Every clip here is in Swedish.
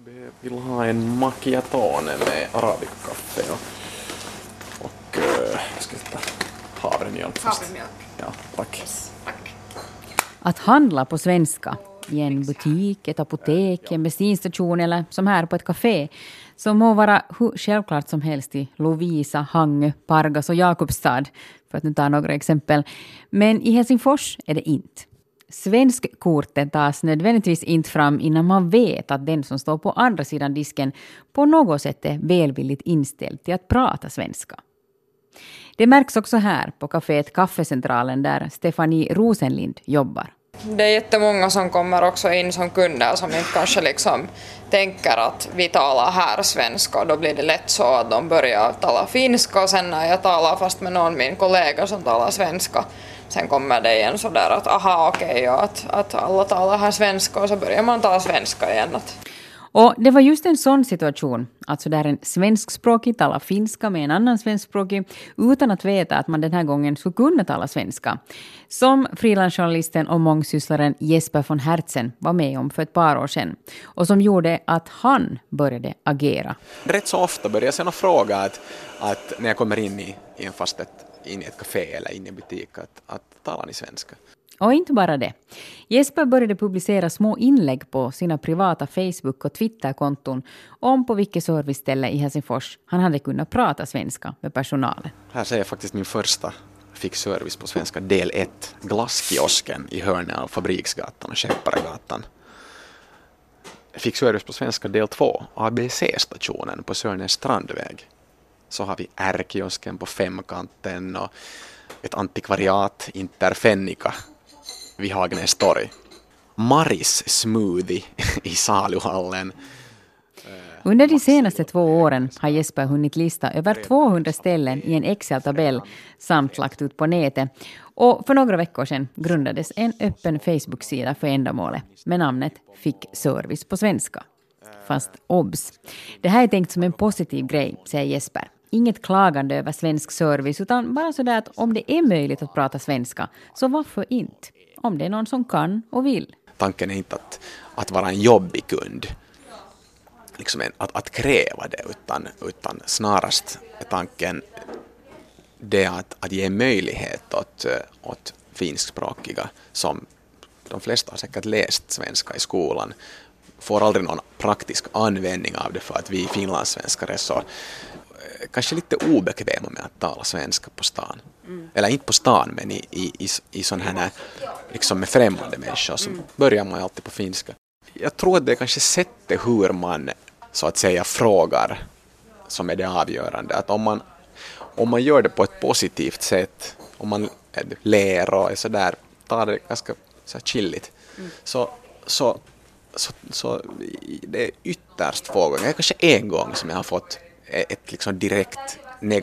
Vill ha en macchiatone med arabikakaffe och jag ska hitta havremjölk. Havremjölk. Ja, tack. Yes, tack. Att handla på svenska i en butik, ett apotek, en bensinstation eller som här på ett café som må vara hur självklart som helst i Lovisa, Hangö, Pargas och Jakobstad, för att nu ta några exempel. Men i Helsingfors är det inte. Svenskkortet tas nödvändigtvis inte fram innan man vet att den som står på andra sidan disken på något sätt är välvilligt inställd till att prata svenska. Det märks också här på kaféet Kaffecentralen där Stefanie Rosenlind jobbar. Det är jättemånga som kommer också in som kunder som inte kanske liksom tänker att vi talar här svenska, och då blir det lätt så att de börjar tala finska, och sen när jag talar fast med någon min kollega som talar svenska, sen kommer det igen sådär att aha okej, att alla talar här svenska, och så börjar man tala svenska igen. Och det var just en sån situation, alltså där en svenskspråkig talar finska med en annan svenskspråkig utan att veta att man den här gången skulle kunna tala svenska, som frilansjournalisten och mångsysslaren Jesper von Hertzen var med om för ett par år sedan, och som gjorde att han började agera. Rätt så ofta börjar jag sedan fråga att när jag kommer in i ett café eller in i en butik att tala i svenska. Och inte bara det. Jesper började publicera små inlägg på sina privata Facebook- och Twitter-konton om på vilket serviceställe i Helsingfors han hade kunnat prata svenska med personalen. Här ser jag faktiskt min första fick service på svenska, del 1, glasskiosken i hörnet av Fabriksgatan och Skepparegatan. Fick service på svenska, del 2, ABC-stationen på Sörnäs Strandväg. Så har vi R-kiosken på Femkanten och ett antikvariat, Interfennica, vid Hagnäs torg. Maris smoothie i saluhallen. Under de senaste 2 åren har Jesper hunnit lista över 200 ställen i en Excel-tabell samt lagt ut på nätet. Och för några veckor sedan grundades en öppen Facebook-sida för ändamålet med namnet Fick service på svenska. Fast obs. Det här är tänkt som en positiv grej, säger Jesper. Inget klagande över svensk service, utan bara sådär att om det är möjligt att prata svenska, så varför inte? Om det är någon som kan och vill. Tanken är inte att vara en jobbig kund, liksom att kräva det, utan snarast är tanken det att ge möjlighet åt finskspråkiga, som de flesta har säkert läst svenska i skolan, får aldrig någon praktisk användning av det för att vi finlandssvenskar är så kanske lite obekväma med att tala svenska på stan. Eller inte på stan, men i sån här liksom med främmande människor så börjar man alltid på finska. Jag tror att det är kanske sättet hur man så att säga frågar som är det avgörande. Att om man gör det på ett positivt sätt, om man ler och är så där, tar det ganska så chilligt, så det är ytterst få gånger, kanske en gång som jag har fått ett liksom direkt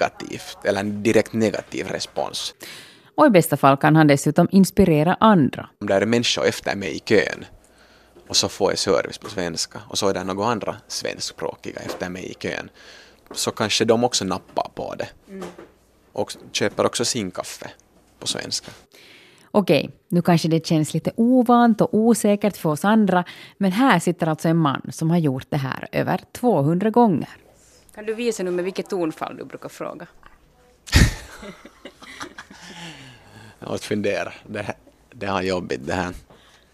negativ respons. Och i bästa fall kan han dessutom inspirera andra. Om det är människor efter mig i kön och så får jag service på svenska och så är det några andra svenskspråkiga efter mig i kön, så kanske de också nappar på det och köper också sin kaffe på svenska. Okej, nu kanske det känns lite ovant och osäkert för oss andra, men här sitter alltså en man som har gjort det här över 200 gånger. Kan du visa nu med vilket tonfall du brukar fråga? Jag måste fundera. Det har jobbigt det här.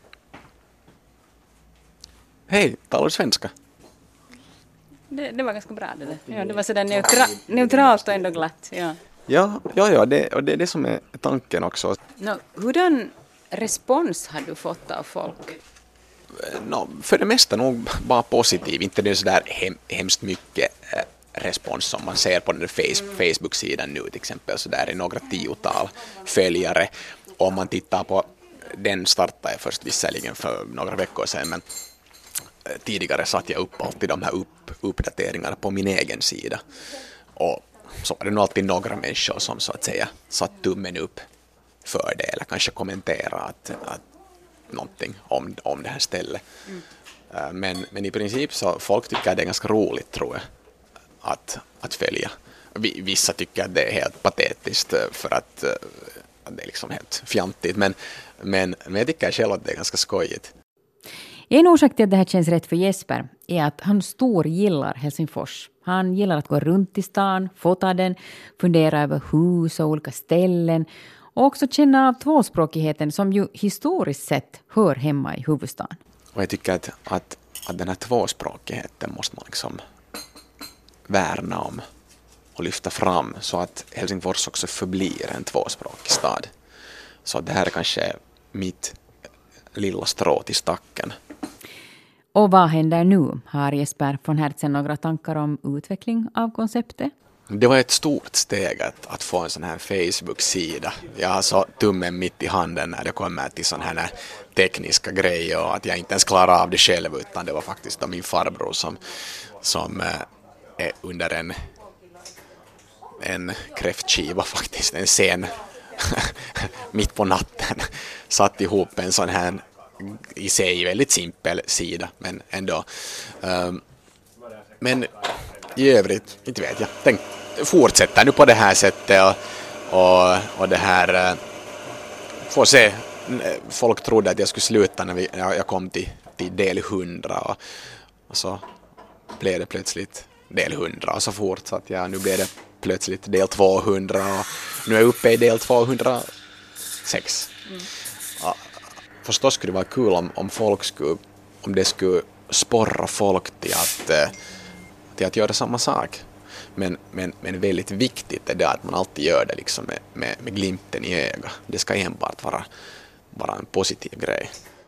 Hej, talar du svenska? Det var ganska bra det där. Ja, det var sådär neutralt och ändå glatt. Ja. Ja, det är det som är tanken också. Hurdan respons har du fått av folk? För det mesta nog bara positiv. Inte det är sådär hemskt mycket respons som man ser på den där Facebook-sidan nu till exempel. Så där är några 10-tal följare. Om man tittar på den startade jag först visserligen för några veckor sedan, men tidigare satt jag upp alltid de här uppdateringarna på min egen sida. Och så var det nog alltid några människor som så att säga satt tummen upp för det eller kanske kommentera att någonting om det här stället. Men i princip så folk tycker att det är ganska roligt, tror jag, att följa. Vissa tycker att det är helt patetiskt för att det är liksom helt fjantigt, men jag tycker själv att det är ganska skojigt. En orsak till att det här känns rätt för Jesper är att han gillar Helsingfors. Han gillar att gå runt i stan, fota den, fundera över hus och olika ställen och också känna av tvåspråkigheten som ju historiskt sett hör hemma i huvudstaden. Och jag tycker att den här tvåspråkigheten måste man liksom värna om och lyfta fram så att Helsingfors också förblir en tvåspråkig stad. Så det här är kanske mitt lilla strå till stacken. Och vad händer nu? Har Jesper von Hertzen några tankar om utveckling av konceptet? Det var ett stort steg att få en sån här Facebook-sida. Jag har så tummen mitt i handen när det kommer till sån här tekniska grejer och att jag inte ens klarar av det själv, utan det var faktiskt min farbror som är under en kräftskiva faktiskt, en scen mitt på natten satt ihop en sån här i sig väldigt simpel sida, men ändå. Men i övrigt, inte vet jag. Tänk, fortsätta nu på det här sättet och det här får se. Folk trodde att jag skulle sluta när jag kom till del 100 och så blev det plötsligt del 100 och så fortsatt jag. Nu blev det plötsligt del 200 och nu är jag uppe i del 206. Ja, förstås skulle det vara kul om det skulle sporra folk till att göra samma sak. Men väldigt viktigt är det att man alltid gör det liksom med glimten i ögat. Det ska enbart vara en positiv grej.